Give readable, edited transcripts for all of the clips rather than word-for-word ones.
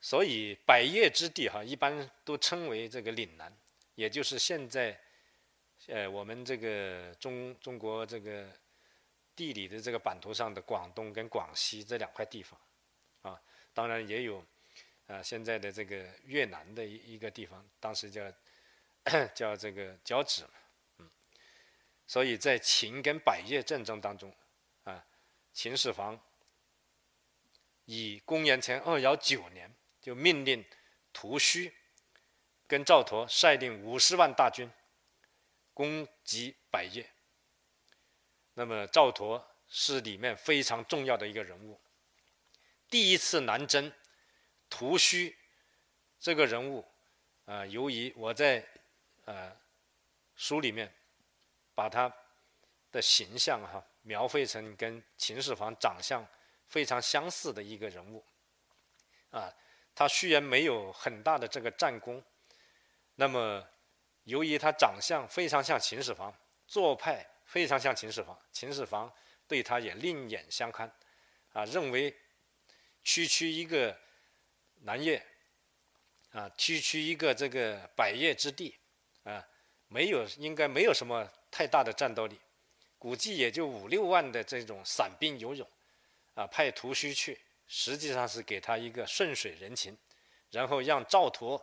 所以百业之地一般都称为这个岭南，也就是现在我们这个中国这个地理的这个版图上的广东跟广西这两块地方啊，当然也有现在的这个越南的一个地方，当时叫这个交趾所以在秦跟百业战争当中秦始皇以公元前219年就命令屠须跟赵佗率领50万大军攻击百业。那么赵佗是里面非常重要的一个人物。第一次南征，屠须这个人物由于我在书里面把他的形象描绘成跟秦始皇长相非常相似的一个人物他虽然没有很大的这个战功，那么由于他长相非常像秦始皇，做派非常像秦始皇，秦始皇对他也另眼相看认为区一个南越区一个这个百业之地应该没有什么太大的战斗力，估计也就5-6万的这种散兵游勇派屠须去，实际上是给他一个顺水人情，然后让赵佗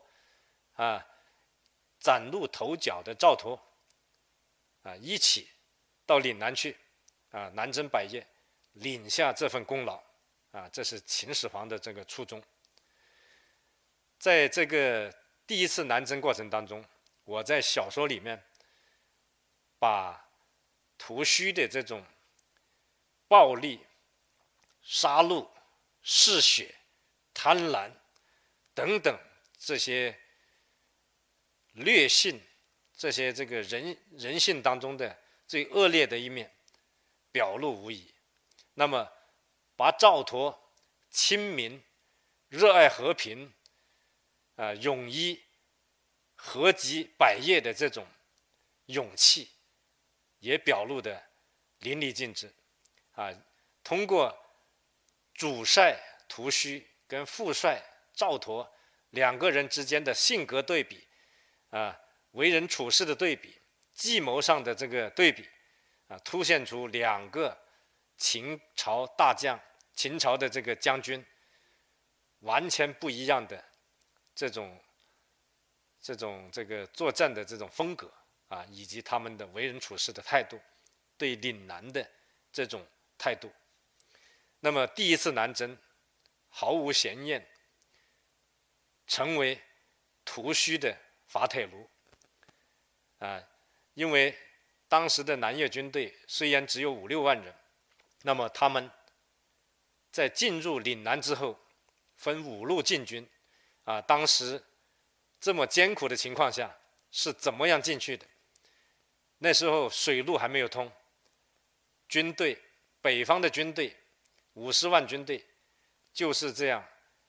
崭露头角的赵佗一起到岭南去南征百业，领下这份功劳这是秦始皇的这个初衷。在这个第一次南征过程当中，我在小说里面把屠须的这种暴力、杀戮、嗜血、贪婪等等这些劣性，这些这个人性当中的最恶劣的一面表露无遗。那么把赵佗亲民、热爱和平勇于合击百业的这种勇气也表露的淋漓尽致通过主帅屠须跟副帅赵佗两个人之间的性格对比为人处事的对比，计谋上的这个对比凸显出两个秦朝大将、秦朝的这个将军完全不一样的这种这个作战的这种风格以及他们的为人处事的态度，对岭南的这种态度。那么第一次南征毫无悬念成为屠须的滑铁卢因为当时的南越军队虽然只有5-6万人，那么他们在进入岭南之后分5路进军当时这么艰苦的情况下是怎么样进去的？那时候水路还没有通，军队北方的军队50万军队就是这样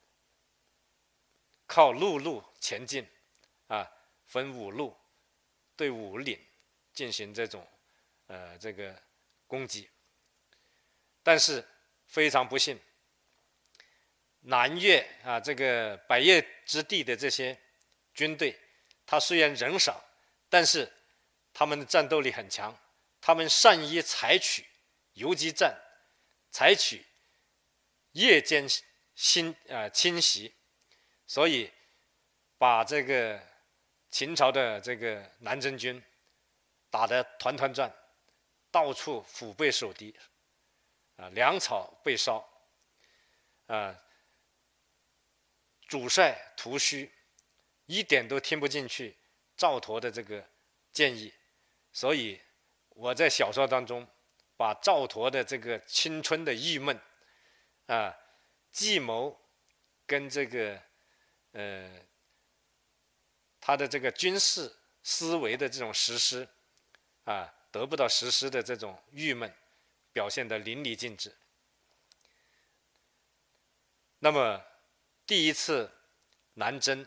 靠陆路前进分5路对5岭进行这种这个攻击。但是非常不幸，南越这个百业之地的这些军队，他虽然人少，但是他们的战斗力很强，他们善于采取游击战，采取夜间侵袭，所以把这个秦朝的这个南征军打得团团转，到处腹背受敌粮草被烧主帅屠须一点都听不进去赵佗的这个建议，所以我在小说当中把赵佗的这个青春的郁闷计谋跟这个他的这个军事思维的这种实施得不到实施的这种郁闷表现得淋漓尽致。那么第一次南征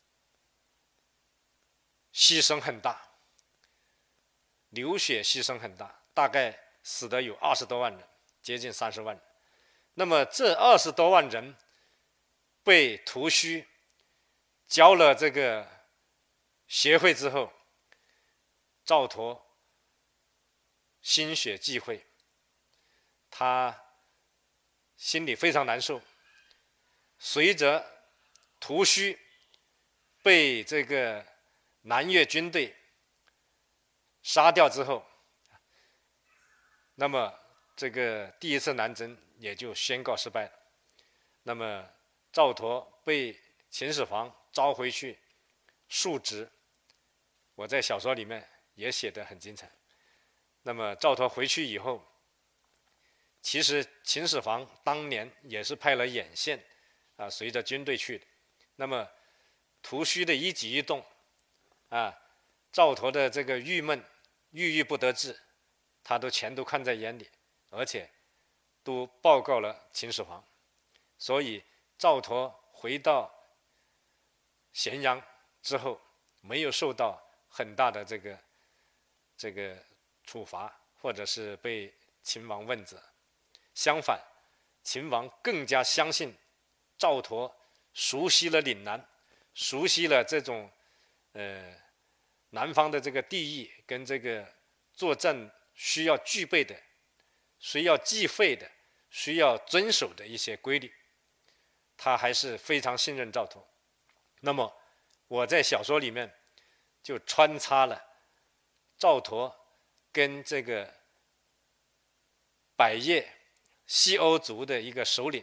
牺牲很大，流血牺牲很大，大概死的有20多万人，接近30万人。那么这20多万人被屠须交了这个协会之后，赵佗心血际会，他心里非常难受。随着屠须被这个南越军队杀掉之后，那么这个第一次南征也就宣告失败了。那么赵佗被秦始皇召回去述职，我在小说里面也写得很精彩。那么赵佗回去以后，其实秦始皇当年也是派了眼线随着军队去的。那么屠须的一举一动赵佗的这个郁闷郁郁不得志，他全都看在眼里，而且都报告了秦始皇。所以赵佗回到咸阳之后，没有受到很大的这个处罚，或者是被秦王问责。相反，秦王更加相信赵佗熟悉了岭南，熟悉了这种南方的这个地域跟这个作战需要具备的、需要计费的、需要遵守的一些规律，他还是非常信任赵佗。那么我在小说里面就穿插了赵佗跟这个百越西欧族的一个首领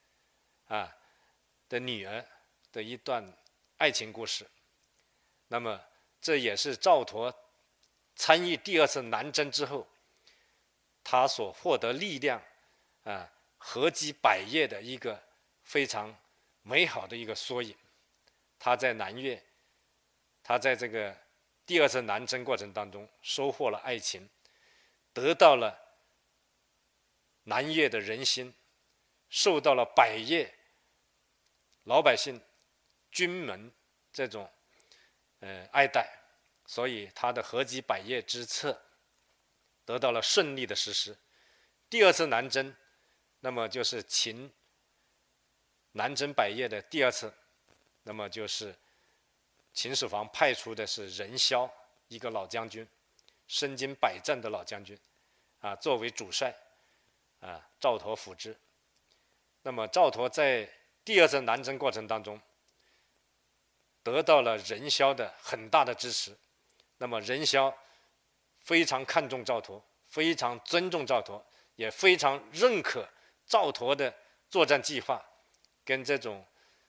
的女儿的一段爱情故事。那么这也是赵佗参与第二次南征之后，他所获得力量合击百越的一个非常美好的一个缩影。他在南越，他在这个第二次南征过程当中收获了爱情，得到了南越的人心，受到了百越老百姓军门这种爱戴，所以他的合击百越之策得到了顺利的实施。第二次南征，那么就是秦南征百越的第二次，那么就是秦始皇派出的是任嚣，一个老将军，身经百战的老将军作为主帅赵佗辅之。那么赵佗在第二次南征过程当中得到了任嚣的很大的支持，那么任嚣非常看重赵佗，非常尊重赵佗，也非常认可赵佗的作战计划跟这种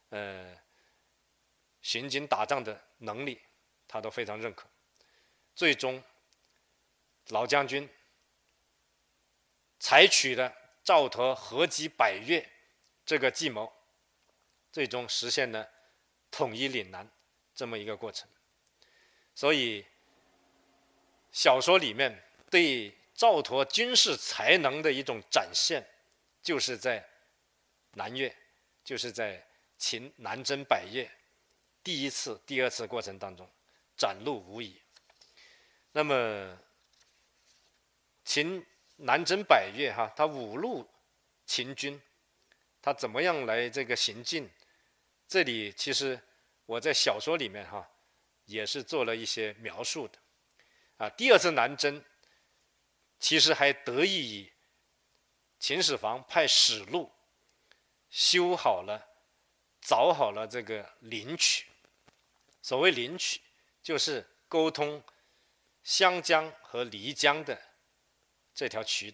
行军打仗的能力，他都非常认可。最终老将军采取了赵佗合击百越这个计谋，最终实现了统一岭南这么一个过程。所以小说里面对赵佗军事才能的一种展现，就是在南越，就是在秦南征百越第一次、第二次过程当中展露无遗。那么秦南征百越他五路秦军，他怎么样来这个行进？这里其实我在小说里面也是做了一些描述的第二次南征其实还得益于秦始皇派使路修好了、凿好了这个灵渠。所谓灵渠，就是沟通湘江和漓江的这条渠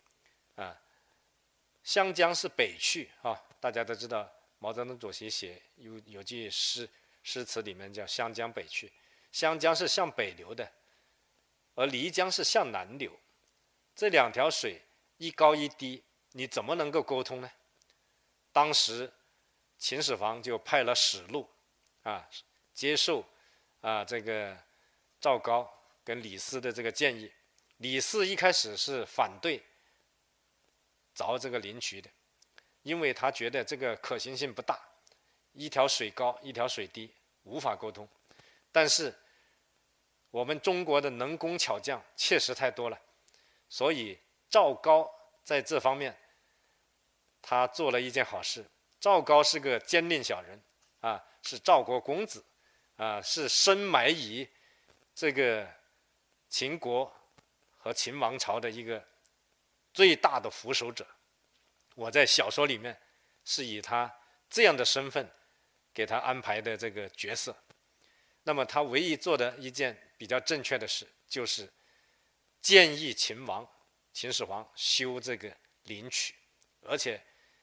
湘江是北去大家都知道，毛泽东主席写有句诗词里面叫湘江北去，湘江是向北流的，而漓江是向南流。这两条水一高一低，你怎么能够沟通呢？当时秦始皇就派了使路接受这个赵高跟李斯的这个建议。李斯一开始是反对凿这个灵渠的，因为他觉得这个可行性不大，一条水高一条水低，无法沟通。但是我们中国的能工巧匠确实太多了，所以赵高在这方面他做了一件好事， 赵高是个奸佞小人啊，是赵国公子啊，是深埋于这个秦国和秦王朝的一个最大的扶守者。我在小说里面是以他这样的身份给他安排的这个角色。那么他唯一做的一件比较正确的事，就是建议秦始皇修这个灵渠，而且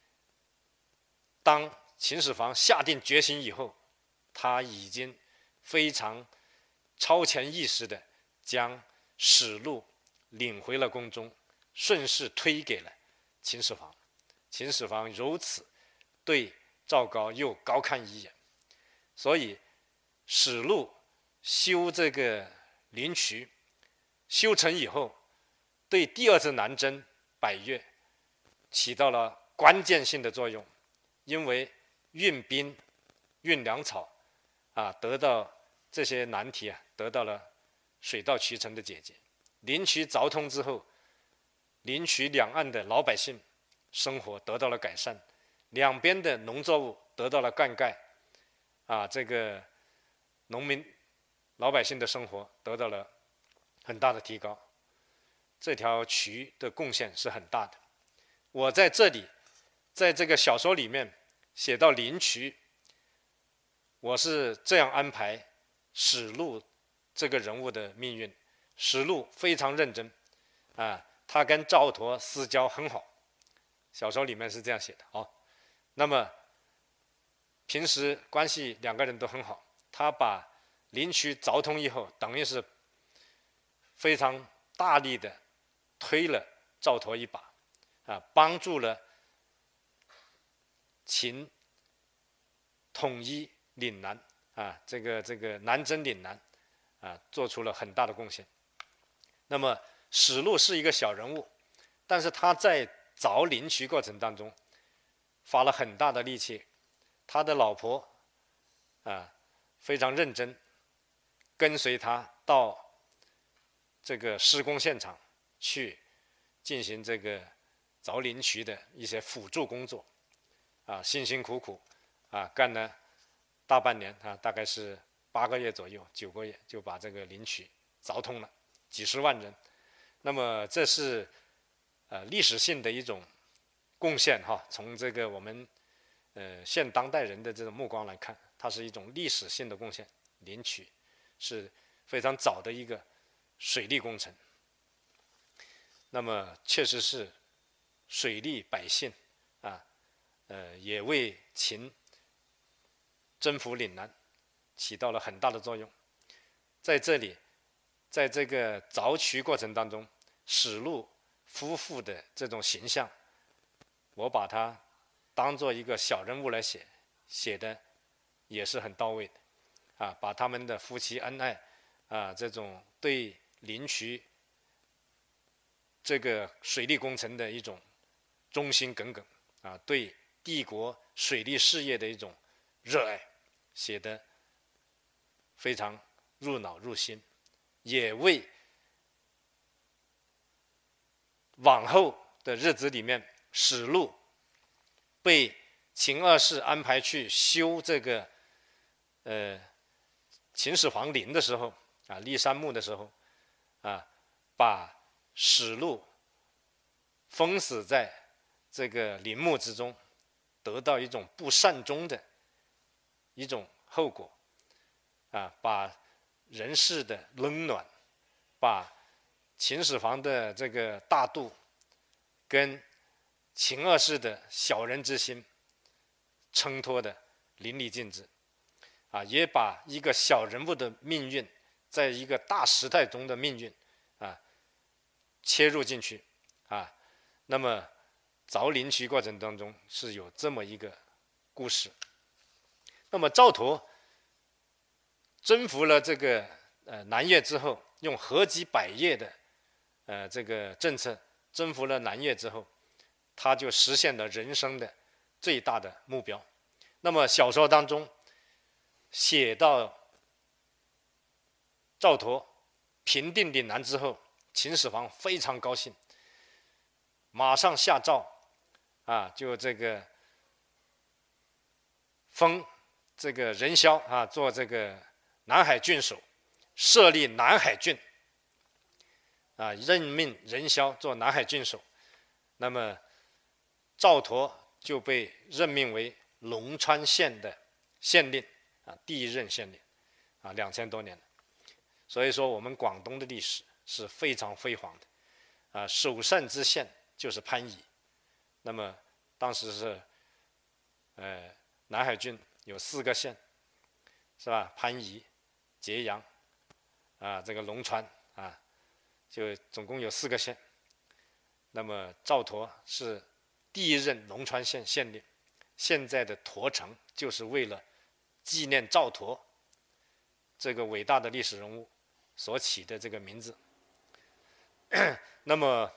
当秦始皇下定决心以后，他已经非常超前意识的将史录领回了宫中，顺势推给了秦始皇。秦始皇由此对赵高又高看一眼，所以史录修这个灵渠修成以后，对第二次南征百越起到了关键性的作用。因为运兵运粮草得到这些难题得到了水到渠成的解决。灵渠凿通之后，灵渠两岸的老百姓生活得到了改善，两边的农作物得到了灌溉这个农民老百姓的生活得到了很大的提高。这条渠的贡献是很大的。我在这里在这个小说里面写到灵渠，我是这样安排史禄这个人物的命运。史禄非常认真他跟赵佗私交很好，小说里面是这样写的那么平时关系两个人都很好，他把灵渠凿通以后，等于是非常大力的推了赵佗一把帮助了秦统一岭南这个南征岭南做出了很大的贡献。那么史禄是一个小人物，但是他在凿灵渠过程当中花了很大的力气，他的老婆非常认真，跟随他到这个施工现场去进行这个凿灵渠的一些辅助工作辛辛苦苦干了大半年大概是8个月左右9个月就把这个灵渠凿通了，几十万人。那么这是历史性的一种贡献从这个我们现当代人的这种目光来看，它是一种历史性的贡献。灵渠是非常早的一个水利工程，那么确实是水利百姓也为秦征服岭南起到了很大的作用。在这里，在这个凿渠过程当中，史禄夫妇的这种形象，我把它当做一个小人物来写，写的也是很到位的把他们的夫妻恩爱这种对灵渠这个水利工程的一种忠心耿耿对帝国水利事业的一种热爱，写得非常入脑入心，也为往后的日子里面，史禄被秦二世安排去修这个秦始皇陵的时候立山墓的时候把史禄封死在这个陵墓之中，得到一种不善终的一种后果把人世的冷暖，把秦始皇的这个大度跟秦二世的小人之心衬托的淋漓尽致也把一个小人物的命运，在一个大时代中的命运切入进去那么凿灵渠过程当中是有这么一个故事。那么赵佗征服了这个南越之后，用合击百越的这个政策征服了南越之后，他就实现了人生的最大的目标。那么小说当中写到赵佗平定岭南之后，秦始皇非常高兴，马上下诏就这个封这个任嚣啊做这个南海郡守，设立南海郡啊，任命任嚣做南海郡守。那么赵佗就被任命为龙川县的县令啊，第一任县令啊，2000多年了。所以说，我们广东的历史是非常辉煌的啊。首善之县就是番禺，那么当时是南海郡有4个县，是吧？番禺、揭阳啊，这个龙川啊，就总共有4个县。那么赵佗是第一任龙川县县令，现在的佗城就是为了纪念赵佗这个伟大的历史人物所起的这个名字。那么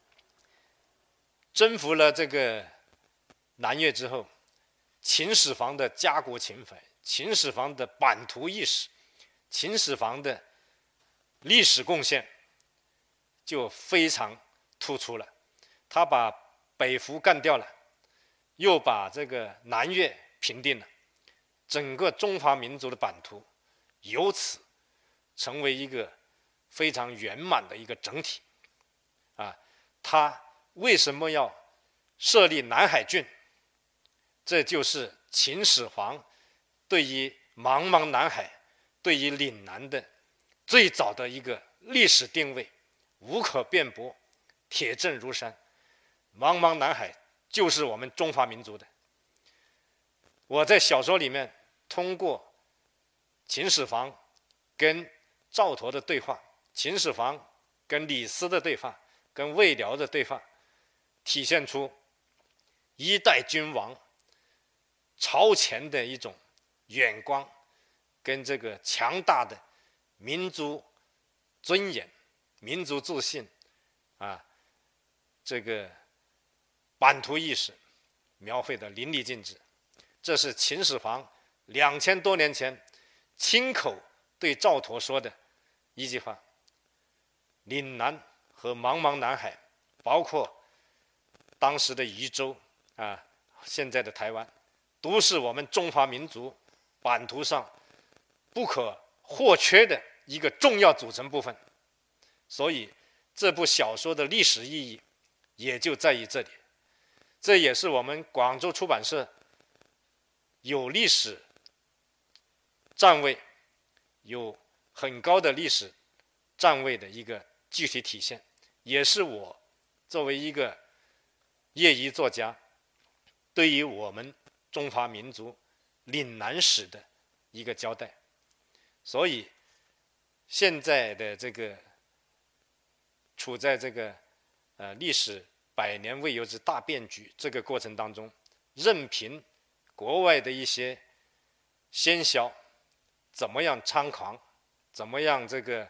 征服了这个南越之后，秦始皇的家国情怀、秦始皇的版图意识、秦始皇的历史贡献就非常突出了。他把北服干掉了，又把这个南越平定了，整个中华民族的版图由此成为一个非常圆满的一个整体啊。他为什么要设立南海郡？这就是秦始皇对于茫茫南海、对于岭南的最早的一个历史定位，无可辩驳，铁证如山。茫茫南海就是我们中华民族的。我在小说里面通过秦始皇跟赵佗的对话，秦始皇跟李斯的对话，跟魏辽的对话，体现出一代君王超前的一种远光，跟这个强大的民族尊严、民族自信啊，这个版图意识描绘的淋漓尽致。这是秦始皇2000多年前亲口对赵佗说的一句话：岭南和茫茫南海，包括当时的渝州啊，现在的台湾，都是我们中华民族版图上不可或缺的一个重要组成部分。所以这部小说的历史意义也就在于这里。这也是我们广州出版社有历史站位、有很高的历史站位的一个具体体现，也是我作为一个业余作家对于我们中华民族岭南史的一个交代。所以现在的这个处在这个历史100年未有之大变局这个过程当中，任凭国外的一些喧嚣怎么样猖狂，怎么样这个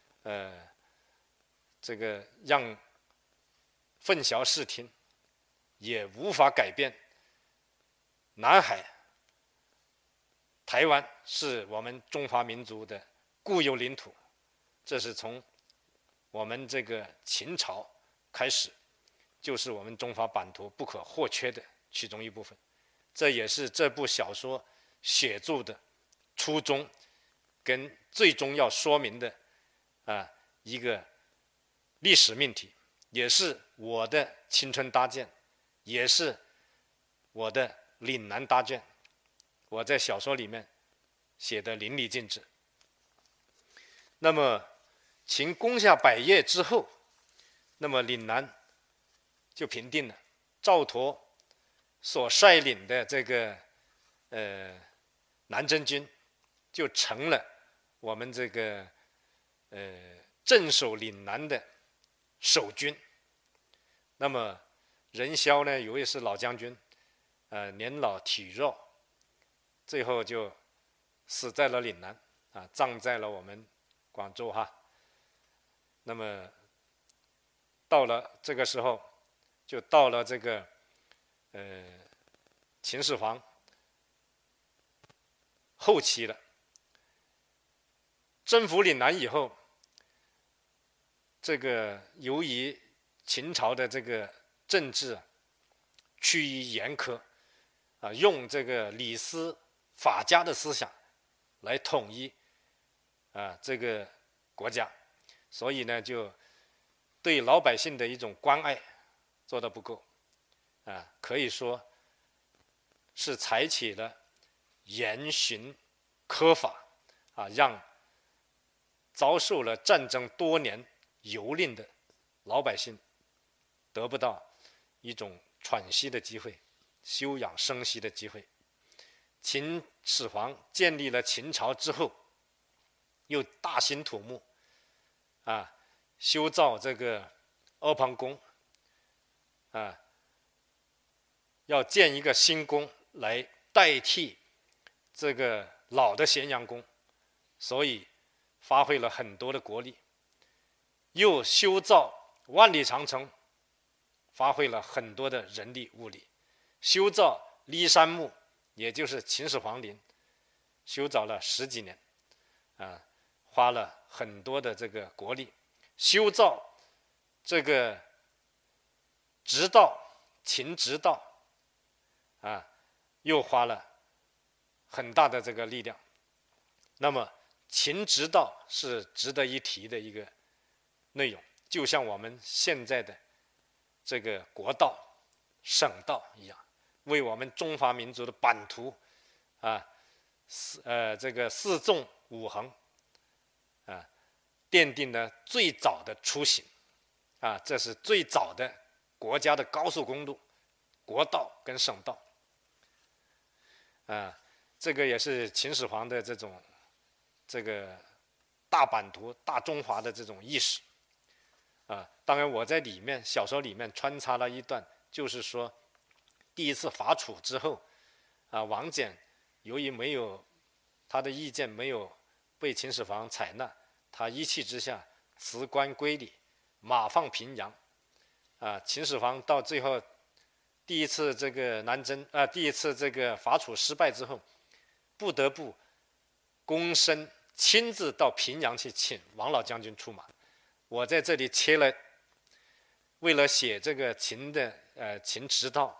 让愤晓视听，也无法改变南海、台湾是我们中华民族的固有领土，这是从我们这个秦朝开始，就是我们中华版图不可或缺的其中一部分。这也是这部小说写作的初衷跟最终要说明的一个历史命题，也是我的青春搭建，也是我的岭南搭建。我在小说里面写得淋漓尽致。那么秦攻下百越之后，那么岭南就平定了。赵佗所率领的这个南征军就成了我们这个镇守岭南的守军。那么任嚣呢，由于是老将军，年老体弱，最后就死在了岭南啊，葬在了我们广州哈。那么到了这个时候，就到了这个秦始皇后期了。征服岭南以后，这个由于秦朝的这个政治趋于严苛， 用这个李斯法家的思想来统一这个国家，所以呢，就对老百姓的一种关爱做得不够可以说是采取了严刑苛法让遭受了战争多年蹂躏的老百姓得不到一种喘息的机会、休养生息的机会。秦始皇建立了秦朝之后，又大兴土木修造这个阿房宫要建一个新宫来代替这个老的咸阳宫，所以发挥了很多的国力，又修造万里长城，发挥了很多的人力物力，修造骊山墓，也就是秦始皇陵，修造了10几年花了很多的这个国力，修造这个直道秦直道又花了很大的这个力量。那么秦直道是值得一提的一个内容，就像我们现在的这个国道、省道一样，为我们中华民族的版图这个4纵5横奠定了最早的雏形这是最早的国家的高速公路、国道跟省道这个也是秦始皇的这个大版图、大中华的这种意识当然我在里面小说里面穿插了一段，就是说第一次伐楚之后王翦由于他的意见没有被秦始皇采纳，他一气之下辞官归里，马放平阳秦始皇到最后第一次这个第一次这个伐楚失败之后，不得不躬身亲自到平阳去请王老将军出马。我在这里切了，为了写这个秦直道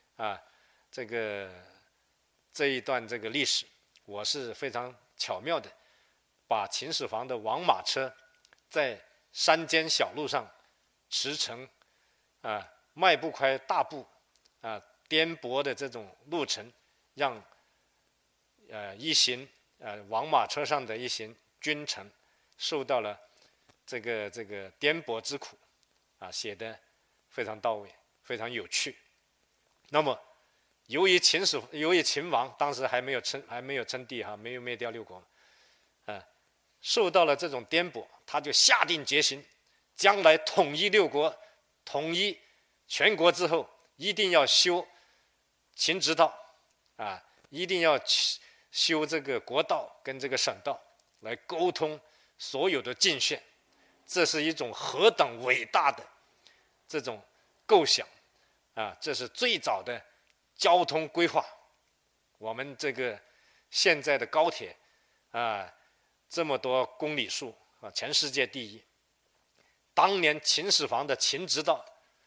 这一段这个历史，我是非常巧妙的把秦始皇的王马车在山间小路上驰骋迈不开大步颠簸的这种路程，让一行王马车上的一行君臣受到了这个颠簸之苦写得非常到位，非常有趣。那么由于秦王当时还没有称帝没有灭掉6国受到了这种颠簸，他就下定决心，将来统一6国、统一全国之后，一定要修秦直道一定要修这个国道跟这个省道来沟通所有的郡县。这是一种何等伟大的这种构想这是最早的交通规划。我们这个现在的高铁这么多公里数全世界第一。当年秦始皇的秦直道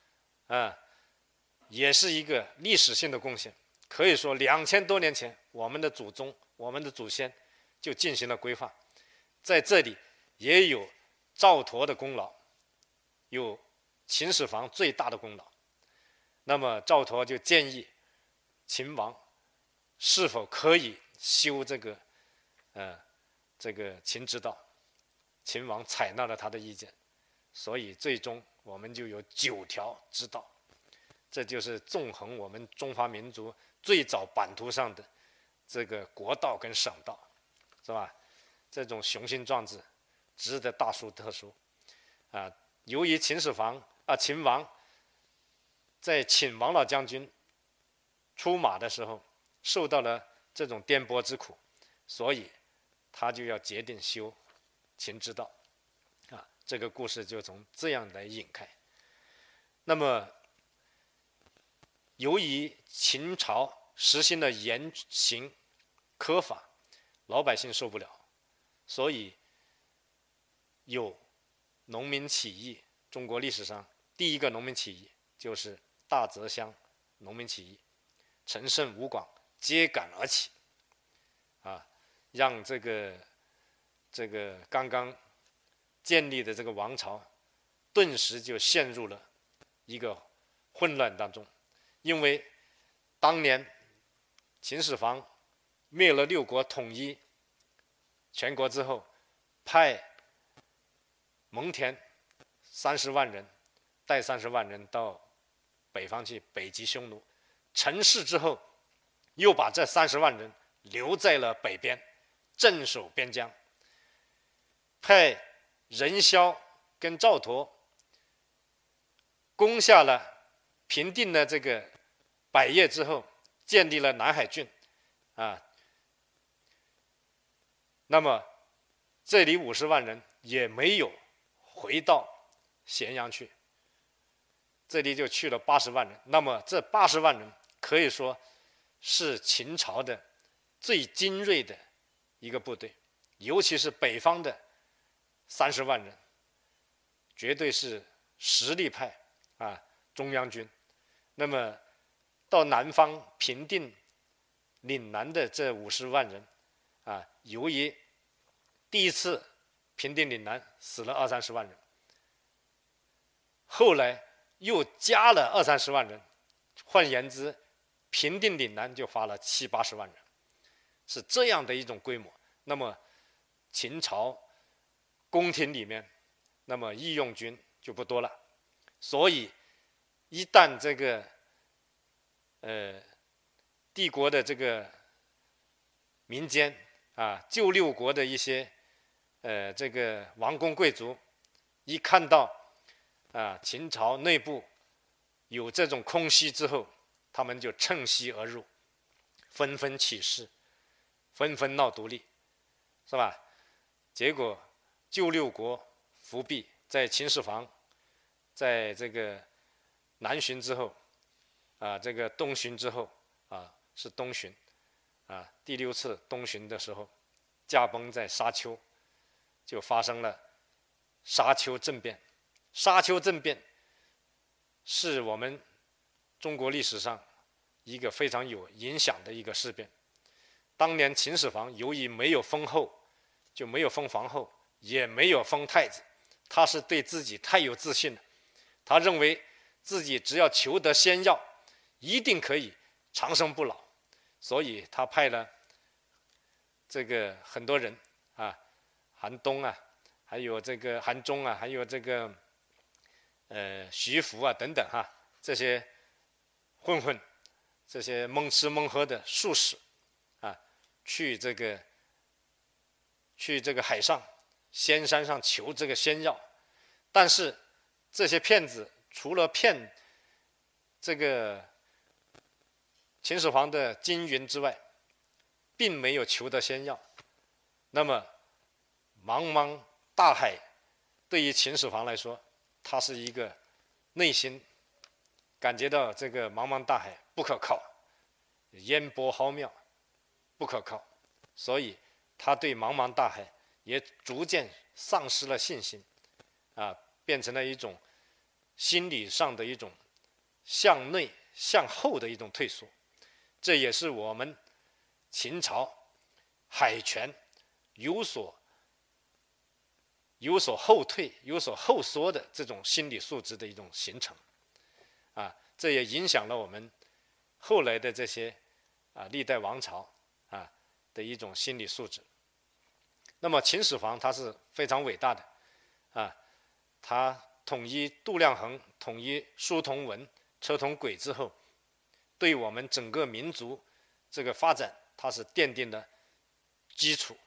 也是一个历史性的贡献。可以说2000多年前，我们的祖宗、我们的祖先就进行了规划。在这里也有赵佗的功劳，有秦始皇最大的功劳。那么赵佗就建议秦王是否可以修这个秦直道，秦王采纳了他的意见，所以最终我们就有9条直道。这就是纵横我们中华民族最早版图上的这个国道跟省道，是吧？这种雄心壮志值得大书特书由于秦王在请王老将军出马的时候受到了这种颠簸之苦，所以他就要决定修秦直道这个故事就从这样来引开。那么由于秦朝实行了严刑苛法，老百姓受不了，所以有农民起义。中国历史上第一个农民起义就是大泽乡农民起义。 陈胜、吴广揭竿而起，让这个刚刚建立的这个王朝顿时就陷入了一个混乱当中。因为当年秦始皇灭了六国，统一全国之后，派蒙恬30万人带30万人到北方去北击匈奴，成事之后又把这30万人留在了北边镇守边疆，派任嚣跟赵佗攻下了平定了这个百业之后，建立了南海郡那么这里50万人也没有回到咸阳去，这里就去了80万人。那么这80万人可以说是秦朝的最精锐的一个部队，尤其是北方的30万人，绝对是实力派中央军。那么到南方平定岭南的这50万人由于第一次平定岭南死了20-30万人，后来又加了20-30万人，换言之，平定岭南就花了70-80万人，是这样的一种规模。那么秦朝宫廷里面，那么义勇军就不多了，所以一旦这个帝国的这个民间旧六国的一些这个王公贵族一看到秦朝内部有这种空隙之后，他们就趁虚而入，纷纷起事，纷纷闹独立，是吧？结果旧六国伏辟，在秦始皇在这个南巡之后这个东巡之后是东巡第6次东巡的时候，驾崩在沙丘，就发生了沙丘政变。沙丘政变是我们中国历史上一个非常有影响的一个事变。当年秦始皇由于没有封后，就没有封皇后，也没有封太子，他是对自己太有自信了，他认为自己只要求得仙药，一定可以长生不老，所以他派了这个很多人韩东还有这个韩忠还有这个徐福等等这些混混，这些蒙吃蒙喝的术士去这个海上仙山上求这个仙药。但是这些骗子除了骗这个秦始皇的金云之外，并没有求得仙药。那么茫茫大海对于秦始皇来说，他是一个内心感觉到这个茫茫大海不可靠，烟波浩渺不可靠，所以他对茫茫大海也逐渐丧失了信心变成了一种心理上的一种向内向后的一种退缩。这也是我们秦朝海权有所后退、有所后缩的这种心理素质的一种形成这也影响了我们后来的这些历代王朝的一种心理素质。那么秦始皇他是非常伟大的他统一度量衡，统一书同文、车同轨之后，对我们整个民族这个发展，它是奠定了基础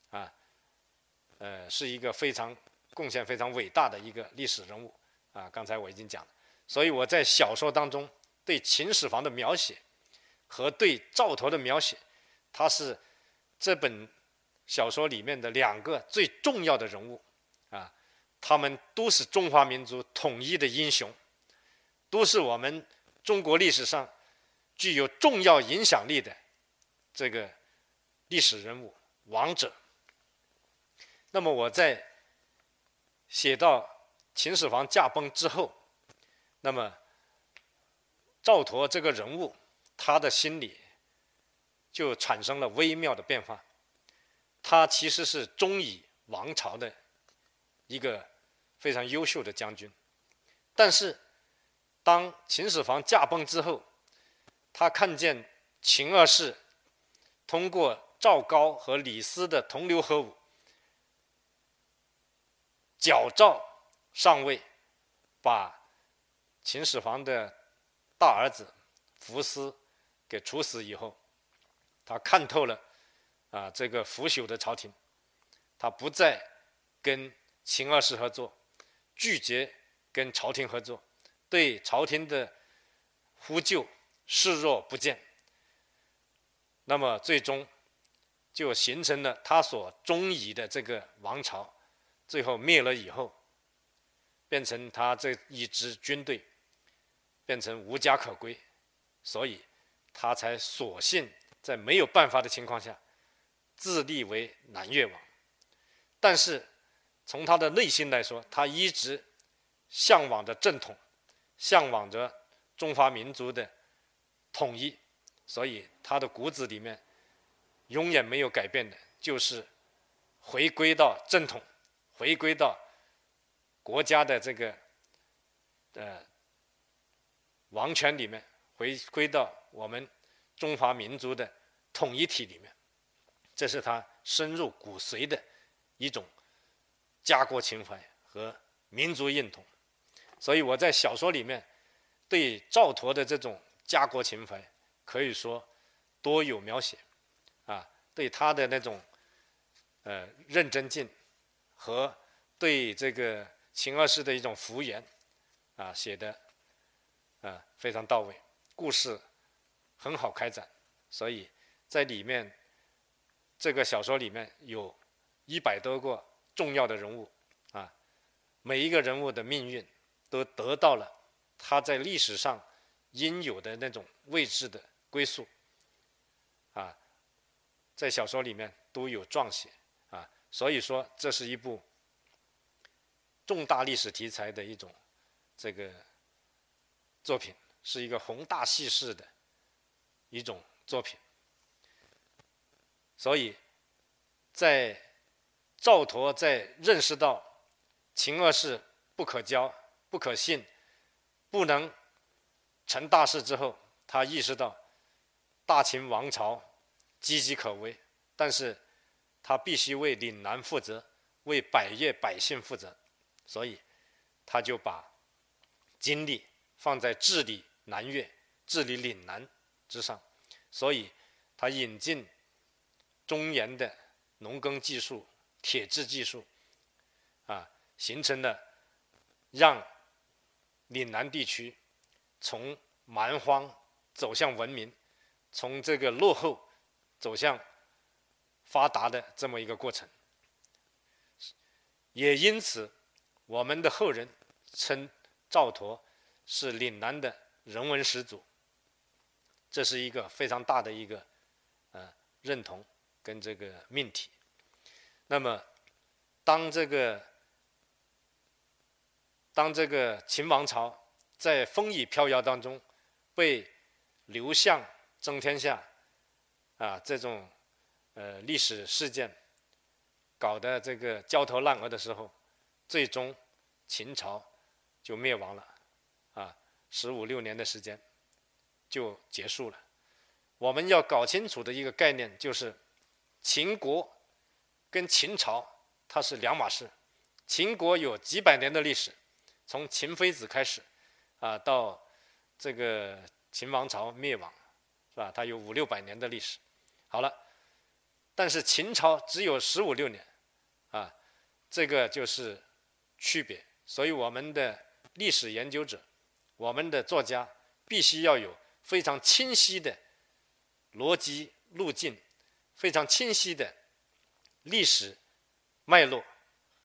是一个贡献非常伟大的一个历史人物刚才我已经讲了。所以我在小说当中对秦始皇的描写和对赵佗的描写，他是这本小说里面的2个最重要的人物他们都是中华民族统一的英雄，都是我们中国历史上具有重要影响力的这个历史人物王者。那么我在写到秦始皇驾崩之后，那么赵佗这个人物他的心里就产生了微妙的变化。他其实是中乙王朝的一个非常优秀的将军，但是当秦始皇驾崩之后，他看见秦二世通过赵高和李斯的同流合污，矫诏上位，把秦始皇的大儿子苻斯给处死以后，他看透了这个腐朽的朝廷，他不再跟秦二世合作，拒绝跟朝廷合作，对朝廷的呼救视若不见。那么最终就形成了他所中乙的这个王朝，最后灭了以后，变成他这一支军队变成无家可归，所以他才索性在没有办法的情况下自立为南越王。但是从他的内心来说，他一直向往着正统，向往着中华民族的统一，所以他的骨子里面永远没有改变的，就是回归到正统，回归到国家的这个王权里面，回归到我们中华民族的统一体里面。这是他深入骨髓的一种家国情怀和民族认同。所以我在小说里面对赵佗的这种家国情怀可以说多有描写对他的那种认真劲和对这个秦二世的一种服膺写得非常到位，故事很好开展。所以在里面这个小说里面有100多个重要的人物每一个人物的命运都得到了他在历史上应有的那种位置的归宿在小说里面都有撰写所以说这是一部重大历史题材的一种这个作品，是一个宏大叙事的一种作品。所以在赵佗在认识到秦二世不可交、不可信、不能成大事之后，他意识到大秦王朝岌岌可危，但是他必须为岭南负责，为百越百姓负责，所以他就把精力放在治理南越、治理岭南之上。所以他引进中原的农耕技术、铁制技术形成了让岭南地区从蛮荒走向文明，从这个落后走向发达的这么一个过程。也因此我们的后人称赵佗是岭南的人文始祖，这是一个非常大的一个认同跟这个命题。那么当这个秦王朝在风雨飘摇当中被刘项争天下这种历史事件搞得这个焦头烂额的时候，最终秦朝就灭亡了15、16年的时间就结束了。我们要搞清楚的一个概念就是秦国跟秦朝它是两码事。秦国有几百年的历史，从秦非子开始到这个秦王朝灭亡，是吧？它有500、600年的历史。好了，但是秦朝只有15、16年这个就是区别。所以我们的历史研究者，我们的作家必须要有非常清晰的逻辑路径，非常清晰的历史脉络